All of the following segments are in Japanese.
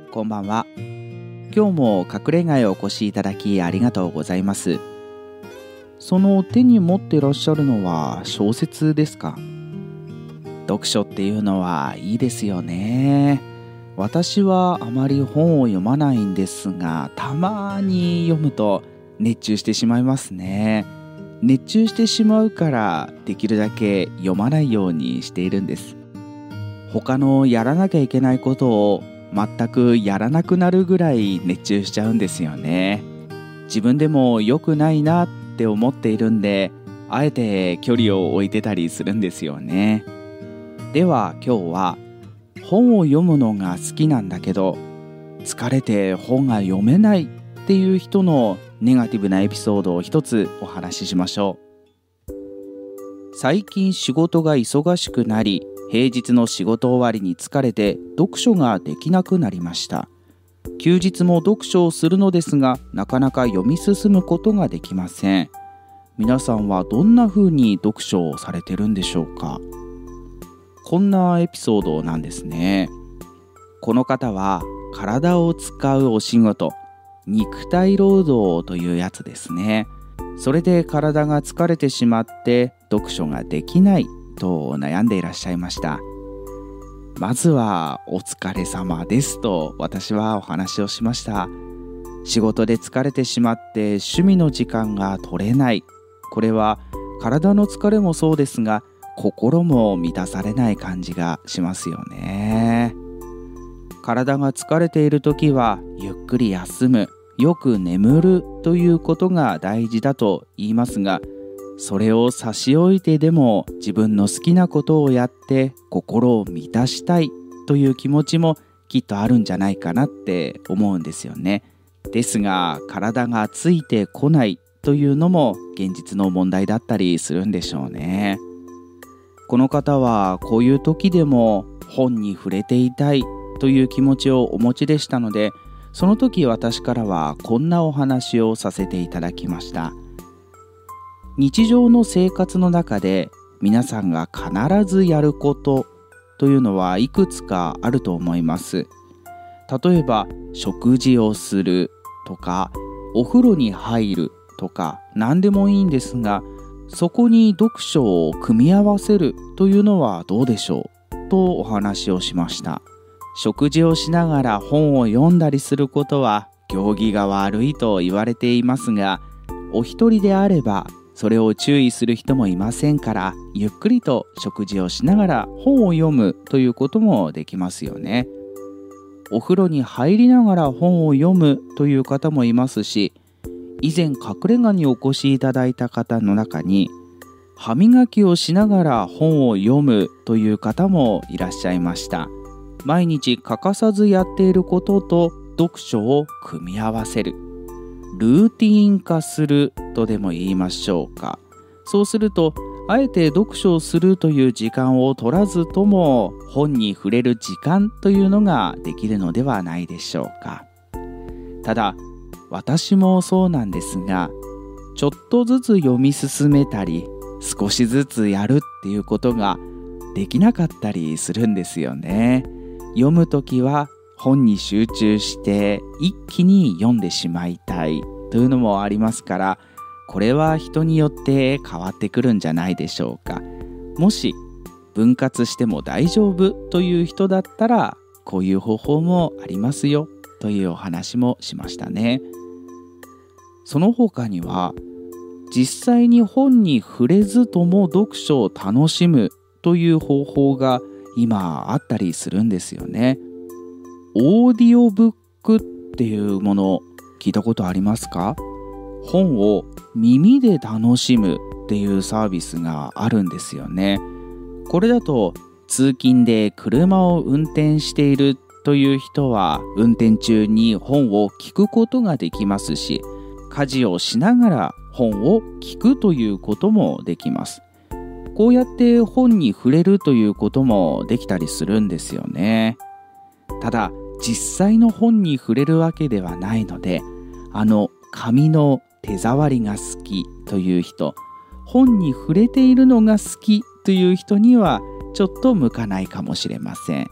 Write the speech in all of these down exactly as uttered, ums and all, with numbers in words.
こんばんは。今日も隠れ家へお越しいただきありがとうございます。その手に持っていらっしゃるのは小説ですか？読書っていうのはいいですよね。私はあまり本を読まないんですが、たまに読むと熱中してしまいますね。熱中してしまうからできるだけ読まないようにしているんです。他のやらなきゃいけないことを全くやらなくなるぐらい熱中しちゃうんですよね。自分でも良くないなって思っているんで、あえて距離を置いてたりするんですよね。では今日は本を読むのが好きなんだけど疲れて本が読めないっていう人のネガティブなエピソードを一つお話ししましょう。最近仕事が忙しくなり、平日の仕事終わりに疲れて読書ができなくなりました。休日も読書をするのですが、なかなか読み進むことができません。皆さんはどんな風に読書をされてるんでしょうか？こんなエピソードなんですね。この方は体を使うお仕事、肉体労働というやつですね。それで体が疲れてしまって読書ができないと悩んでいらっしゃいました。まずはお疲れ様ですと私はお話をしました。仕事で疲れてしまって趣味の時間が取れない。これは体の疲れもそうですが、心も満たされない感じがしますよね。体が疲れているときはゆっくり休む、よく眠るということが大事だと言いますが、それを差し置いてでも自分の好きなことをやって心を満たしたいという気持ちもきっとあるんじゃないかなって思うんですよね。ですが体がついてこないというのも現実の問題だったりするんでしょうね。この方はこういう時でも本に触れていたいという気持ちをお持ちでしたので、その時私からはこんなお話をさせていただきました。日常の生活の中で皆さんが必ずやることというのはいくつかあると思います。例えば食事をするとかお風呂に入るとか何でもいいんですが、そこに読書を組み合わせるというのはどうでしょうとお話をしました。食事をしながら本を読んだりすることは行儀が悪いと言われていますが、お一人であればそれを注意する人もいませんから、ゆっくりと食事をしながら本を読むということもできますよね。お風呂に入りながら本を読むという方もいますし、以前隠れ家にお越しいただいた方の中に歯磨きをしながら本を読むという方もいらっしゃいました。毎日欠かさずやっていることと読書を組み合わせる、ルーティーン化するとでも言いましょうか。そうするとあえて読書をするという時間を取らずとも本に触れる時間というのができるのではないでしょうか。ただ私もそうなんですが、ちょっとずつ読み進めたり少しずつやるっていうことができなかったりするんですよね。読むときは本に集中して一気に読んでしまいたいというのもありますから、これは人によって変わってくるんじゃないでしょうか。もし分割しても大丈夫という人だったら、こういう方法もありますよというお話もしましたね。その他には実際に本に触れずとも読書を楽しむという方法が今あったりするんですよね。オーディオブックっていうもの聞いたことありますか？本を耳で楽しむっていうサービスがあるんですよね。これだと通勤で車を運転しているという人は運転中に本を聞くことができますし、家事をしながら本を聞くということもできます。こうやって本に触れるということもできたりするんですよね。ただ実際の本に触れるわけではないので、あの紙の手触りが好きという人、本に触れているのが好きという人にはちょっと向かないかもしれません。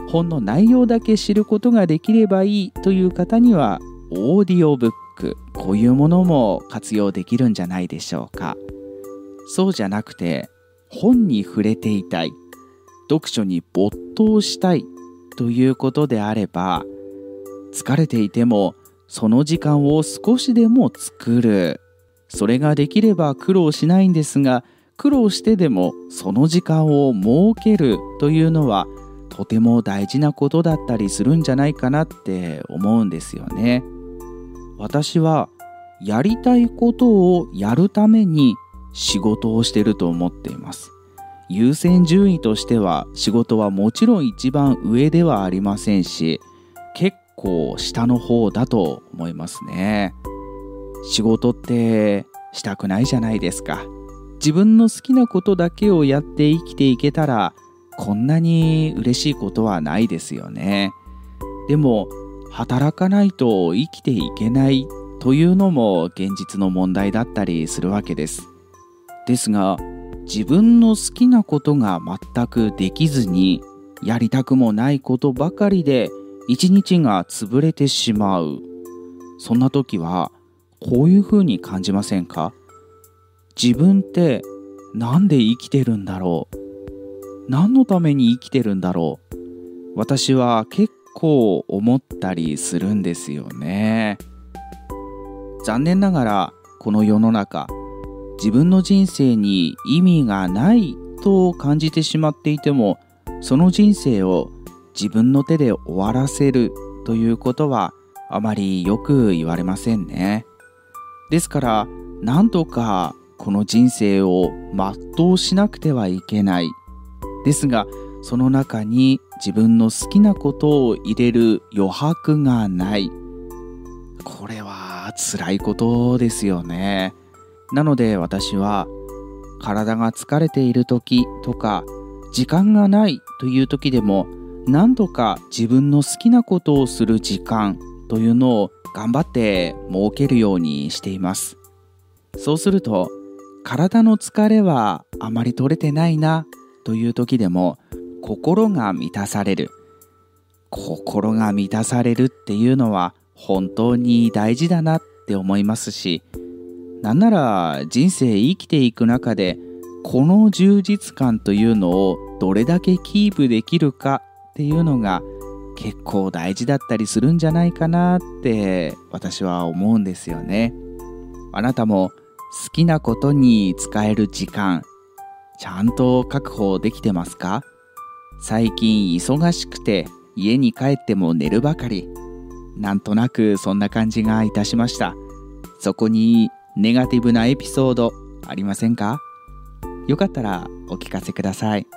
本の内容だけ知ることができればいいという方にはオーディオブック、こういうものも活用できるんじゃないでしょうか。そうじゃなくて本に触れていたい、読書に没頭したいということであれば、疲れていてもその時間を少しでも作る。それができれば苦労しないんですが、苦労してでもその時間を設けるというのはとても大事なことだったりするんじゃないかなって思うんですよね。私はやりたいことをやるために仕事をしていると思っています。優先順位としては仕事はもちろん一番上ではありませんし、結構下の方だと思いますね。仕事ってしたくないじゃないですか。自分の好きなことだけをやって生きていけたらこんなに嬉しいことはないですよね。でも働かないと生きていけないというのも現実の問題だったりするわけです。ですが自分の好きなことが全くできずに、やりたくもないことばかりで一日が潰れてしまう。そんな時はこういうふうに感じませんか？自分ってなんで生きてるんだろう？何のために生きてるんだろう？私は結構思ったりするんですよね。残念ながらこの世の中、自分の人生に意味がないと感じてしまっていても、その人生を自分の手で終わらせるということはあまりよく言われませんね。ですからなんとかこの人生を全うしなくてはいけない。ですがその中に自分の好きなことを入れる余白がない。これは辛いことですよね。なので私は体が疲れている時とか時間がないという時でも、何とか自分の好きなことをする時間というのを頑張って設けるようにしています。そうすると体の疲れはあまり取れてないなという時でも心が満たされる。心が満たされるっていうのは本当に大事だなって思いますし、なんなら人生生きていく中でこの充実感というのをどれだけキープできるかっていうのが結構大事だったりするんじゃないかなって私は思うんですよね。あなたも好きなことに使える時間ちゃんと確保できてますか？最近忙しくて家に帰っても寝るばかり、なんとなくそんな感じがいたしました。そこにネガティブなエピソードありませんか？よかったらお聞かせください。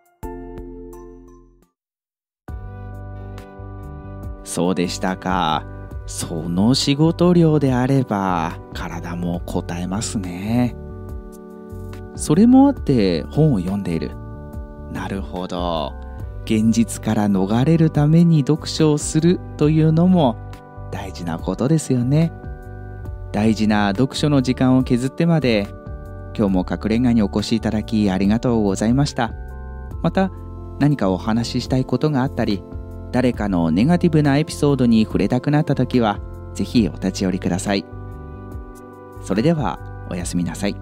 そうでしたか。その仕事量であれば体も応えますね。それもあって本を読んでいる。なるほど。現実から逃れるために読書をするというのも大事なことですよね。大事な読書の時間を削ってまで今日も隠れ家にお越しいただきありがとうございました。また何かお話ししたいことがあったり、誰かのネガティブなエピソードに触れたくなったときはぜひお立ち寄りください。それではおやすみなさい。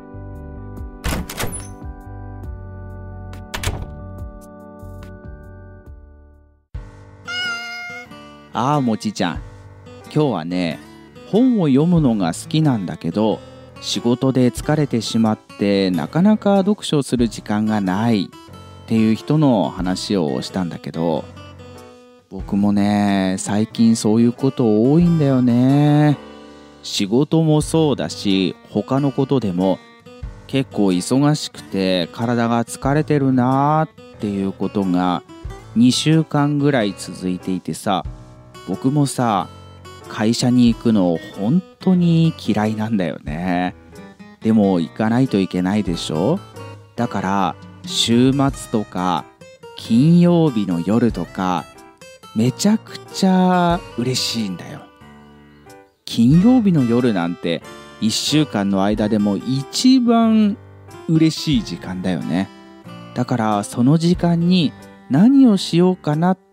ああ、もちちゃん、今日はね、本を読むのが好きなんだけど仕事で疲れてしまってなかなか読書する時間がないっていう人の話をしたんだけど、僕もね最近そういうこと多いんだよね。仕事もそうだし他のことでも結構忙しくて体が疲れてるなっていうことがにしゅうかんぐらい続いていてさ、僕もさ会社に行くの本当に嫌いなんだよね。でも行かないといけないでしょ。だから週末とか金曜日の夜とかめちゃくちゃ嬉しいんだよ。金曜日の夜なんていっしゅうかんの間でも一番嬉しい時間だよね。だからその時間に何をしようかなっ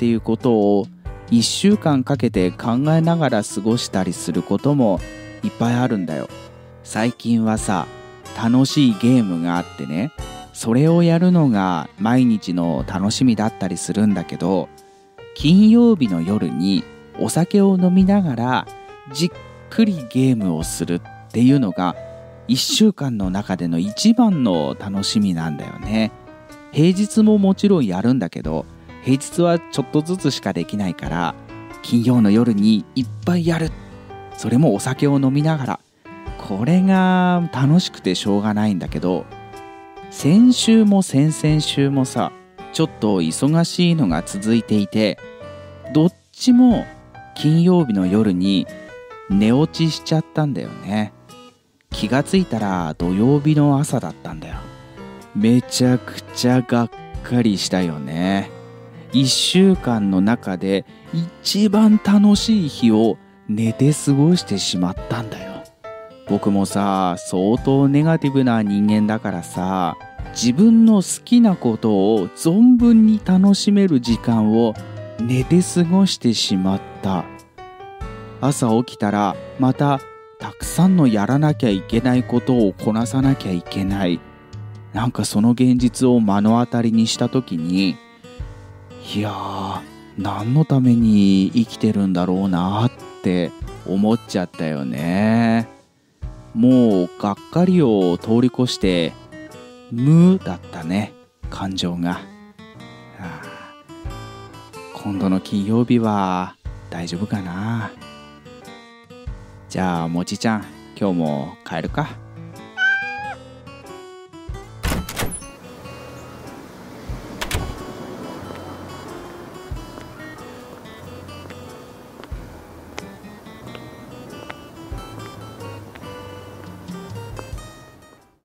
っていうことをいっしゅうかんかけて考えながら過ごしたりすることもいっぱいあるんだよ。最近はさ、楽しいゲームがあってね、それをやるのが毎日の楽しみだったりするんだけど、金曜日の夜にお酒を飲みながらじっくりゲームをするっていうのがいっしゅうかんの中での一番の楽しみなんだよね。平日ももちろんやるんだけど、平日はちょっとずつしかできないから、金曜の夜にいっぱいやる。それもお酒を飲みながら。これが楽しくてしょうがないんだけど、先週も先々週もさ、ちょっと忙しいのが続いていて、どっちも金曜日の夜に寝落ちしちゃったんだよね。気がついたら土曜日の朝だったんだよ。めちゃくちゃがっかりしたよね。一週間の中で一番楽しい日を寝て過ごしてしまったんだよ。僕もさ、相当ネガティブな人間だからさ、自分の好きなことを存分に楽しめる時間を寝て過ごしてしまった。朝起きたらまたたくさんのやらなきゃいけないことをこなさなきゃいけない。なんかその現実を目の当たりにした時に、いやー、何のために生きてるんだろうなって思っちゃったよね。もうがっかりを通り越して無だったね、感情が。はあ、今度の金曜日は大丈夫かな。じゃあもちちゃん、今日も帰るか。